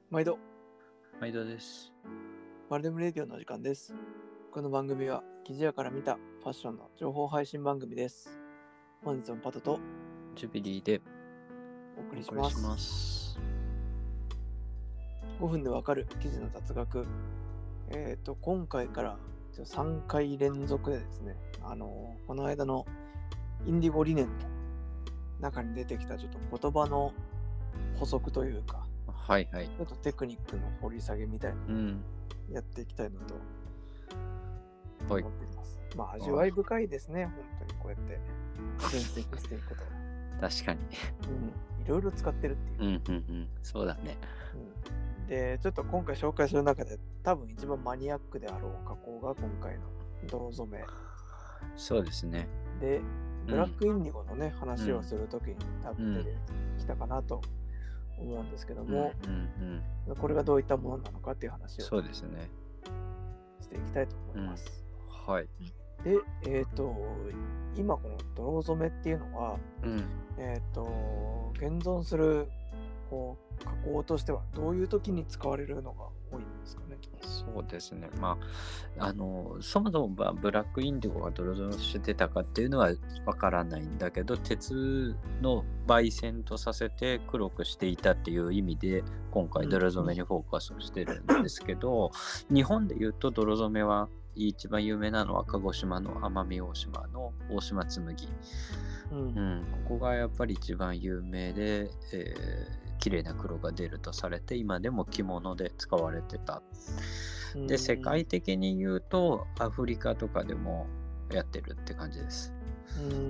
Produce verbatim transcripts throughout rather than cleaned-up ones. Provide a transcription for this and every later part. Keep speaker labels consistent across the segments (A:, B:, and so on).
A: 毎度、
B: 毎度です。
A: マルデムレディオの時間です。この番組は記事屋から見たファッションの情報配信番組です。本日もパトと
B: ジュビリーで
A: お送りし
B: お送りし
A: ます。
B: ます。
A: ごふんでわかる記事の雑学。えっ、と、今回からさんかい連続でですね、あのーこの間のインディゴ理念の中に出てきたちょっと言葉の補足というか、
B: はいはい。
A: ちょっとテクニックの掘り下げみたいなのを
B: うん。
A: やっていきたいなと
B: はい
A: 思っています。まあ、味わい深いですね、本当にこうやって分析していくこと。
B: 確かに。
A: うん、いろいろ使ってるっていう。
B: うんうんうん。そうだね。
A: うん、で、ちょっと今回紹介する中で多分一番マニアックであろう加工が今回の泥染め
B: そうですね。
A: で、ブラックインディゴのね、話を
B: うん
A: するときに多分出てきたかなと思うんですけども、
B: うんうんうん。
A: これがどういったものなのかっていう話を
B: そうですね。
A: していきたいと思います。
B: はい。
A: で、えっ、と、今この泥染めっていうのは、
B: うん。
A: えっ、と、現存するこう加工としてはどういう時に使われるのが多いんですかね。
B: そうですね。まあ、あの、そもそもはブラックインディゴが泥染めしてたかっていうのはわからないんだけど、鉄の焙煎とさせて黒くしていたっていう意味で、今回泥染めにフォーカスをしてるんですけど、日本で言うと泥染めは一番有名なのは鹿児島の奄美大島の大島紬、
A: うん
B: うん、ここがやっぱり一番有名で、えー、綺麗な黒が出るとされて今でも着物で使われてた。で、世界的に言うとアフリカとかでもやってるって感じです。
A: うーん、うん、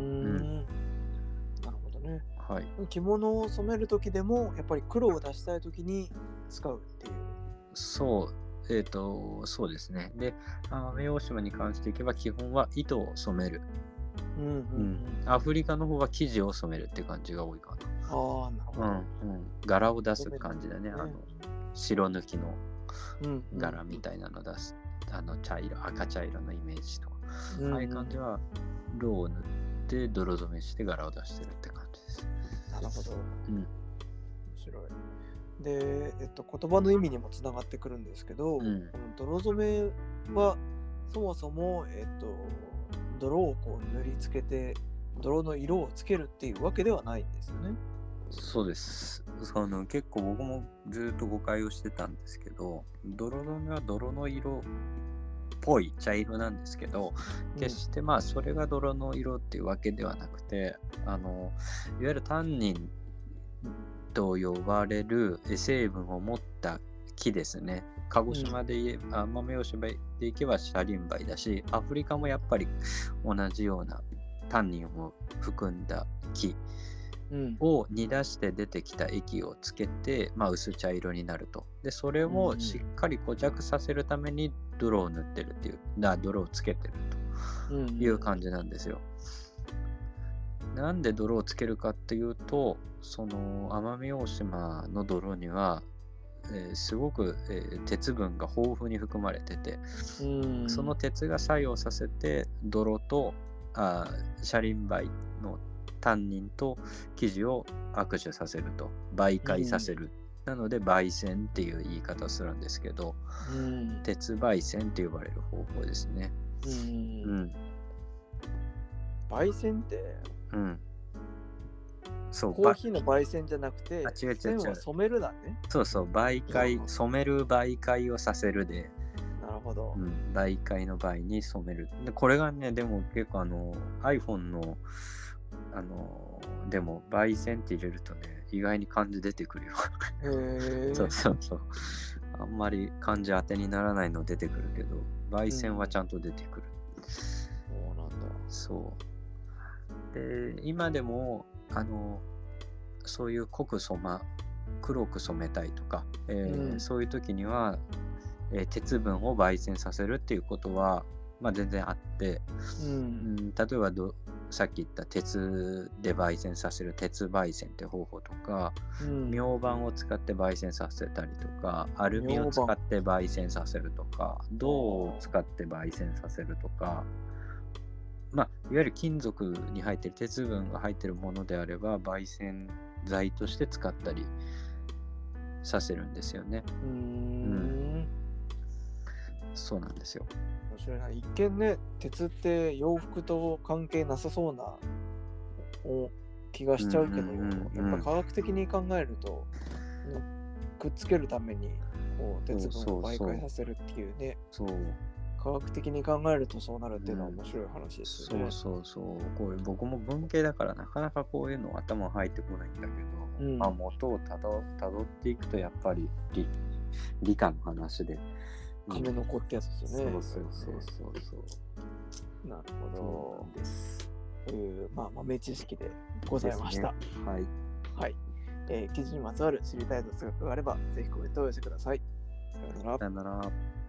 A: なるほどね。
B: はい。
A: 着物を染める時でもやっぱり黒を出したい時に使うっていう。
B: そう、えっ、ー、と、そうですね。で、奄美大島に関していけば基本は糸を染める。
A: うんうんうん。
B: うん、アフリカの方は生地を染めるって感じが多いかな。
A: ああ、なるほど。
B: うんうん。柄を出す感じだね。
A: ね
B: あの白抜きの
A: うんうん、
B: 柄みたいなの出す。あの茶色、赤茶色のイメージとか。
A: うんうん、
B: ああいう感じは、ろうを塗って泥染めして柄を出してるって感じです。
A: なるほど。
B: うん。面
A: 白い。で、えっと、言葉の意味にもつながってくるんですけど、
B: うん、
A: この泥染めはそもそも、えっと、泥をこう塗りつけて泥の色をつけるっていうわけではないんですよね。
B: そうです。その結構僕もずっと誤解をしてたんですけど、泥染めは泥の色っぽい茶色なんですけど、決してまあそれが泥の色っていうわけではなくて、あのいわゆるタンニンと呼ばれる成分を持った木ですね。鹿児島で言えば、奄美大島で行けばシャリンバイだし、アフリカもやっぱり同じようなタンニンを含んだ木を煮出して出てきた液をつけて、まあ、薄茶色になると。で、それをしっかり固着させるために泥を塗ってるっていう、だ泥をつけてるという感じなんですよ。なんで泥をつけるかっていうと、その奄美大島の泥には、えー、すごく、えー、鉄分が豊富に含まれてて、その鉄が作用させて泥とあシャリンバイのタンニンと生地を握手させると、媒介させる、なので焙煎っていう言い方をするんですけど、鉄焙煎って呼ばれる方法ですね。うん。
A: 焙煎って
B: うん、そう
A: コーヒーの焙煎じゃなくて、
B: あ違う違う違う
A: 線は染めるだね。
B: そうそう、媒介、染める媒介をさせるで、
A: なるほど。
B: うん、媒介の媒に染める。でこれがね、でも結構あの iPhone のあのでも焙煎って入れるとね、意外に漢字出てくるよ。
A: へ
B: そうそうそう。あんまり漢字当てにならないの出てくるけど、焙煎はちゃんと出てくる。
A: うん、そうなんだ。
B: そう。で、今でもあのそういう濃く染ま黒く染めたいとか、えーうん、そういう時には、えー、鉄分を焙煎させるっていうことは、まあ、全然あって、うんうん、例えばどさっき言った鉄で焙煎させる鉄焙煎って方法とか、うん、明板を使って焙煎させたりとか、アルミを使って焙煎させるとか、銅を使って焙煎させるとか、まあ、いわゆる金属に入っている鉄分が入っているものであれば焙煎材として使ったりさせるんですよね。
A: うーん。
B: そうなんですよ。
A: 面白いな。一見ね、鉄って洋服と関係なさそうなお気がしちゃうけど、
B: うんうんうんうん
A: やっぱ科学的に考えると、ねくっつけるためにこう鉄分を媒介させるっていうね、
B: そう
A: 科学的に考えるとそうなるっていうのは面白い話ですよね。
B: そうそうそう。こういう僕も文系だからなかなかこういうの頭入ってこないんだけど、
A: うん
B: まあ元をたどたどっていくとやっぱり理理科の話で。
A: 亀の子ってやつですよね。
B: そうそうそうそうそう。
A: なる
B: そう
A: ほ
B: なんです。
A: ど。という、まあ、豆知識でございました。
B: ですねはい。
A: はい。えー記事にまつわる知りたい雑学があれば、ぜひコメントをお寄せください。さようなら。
B: さよなら。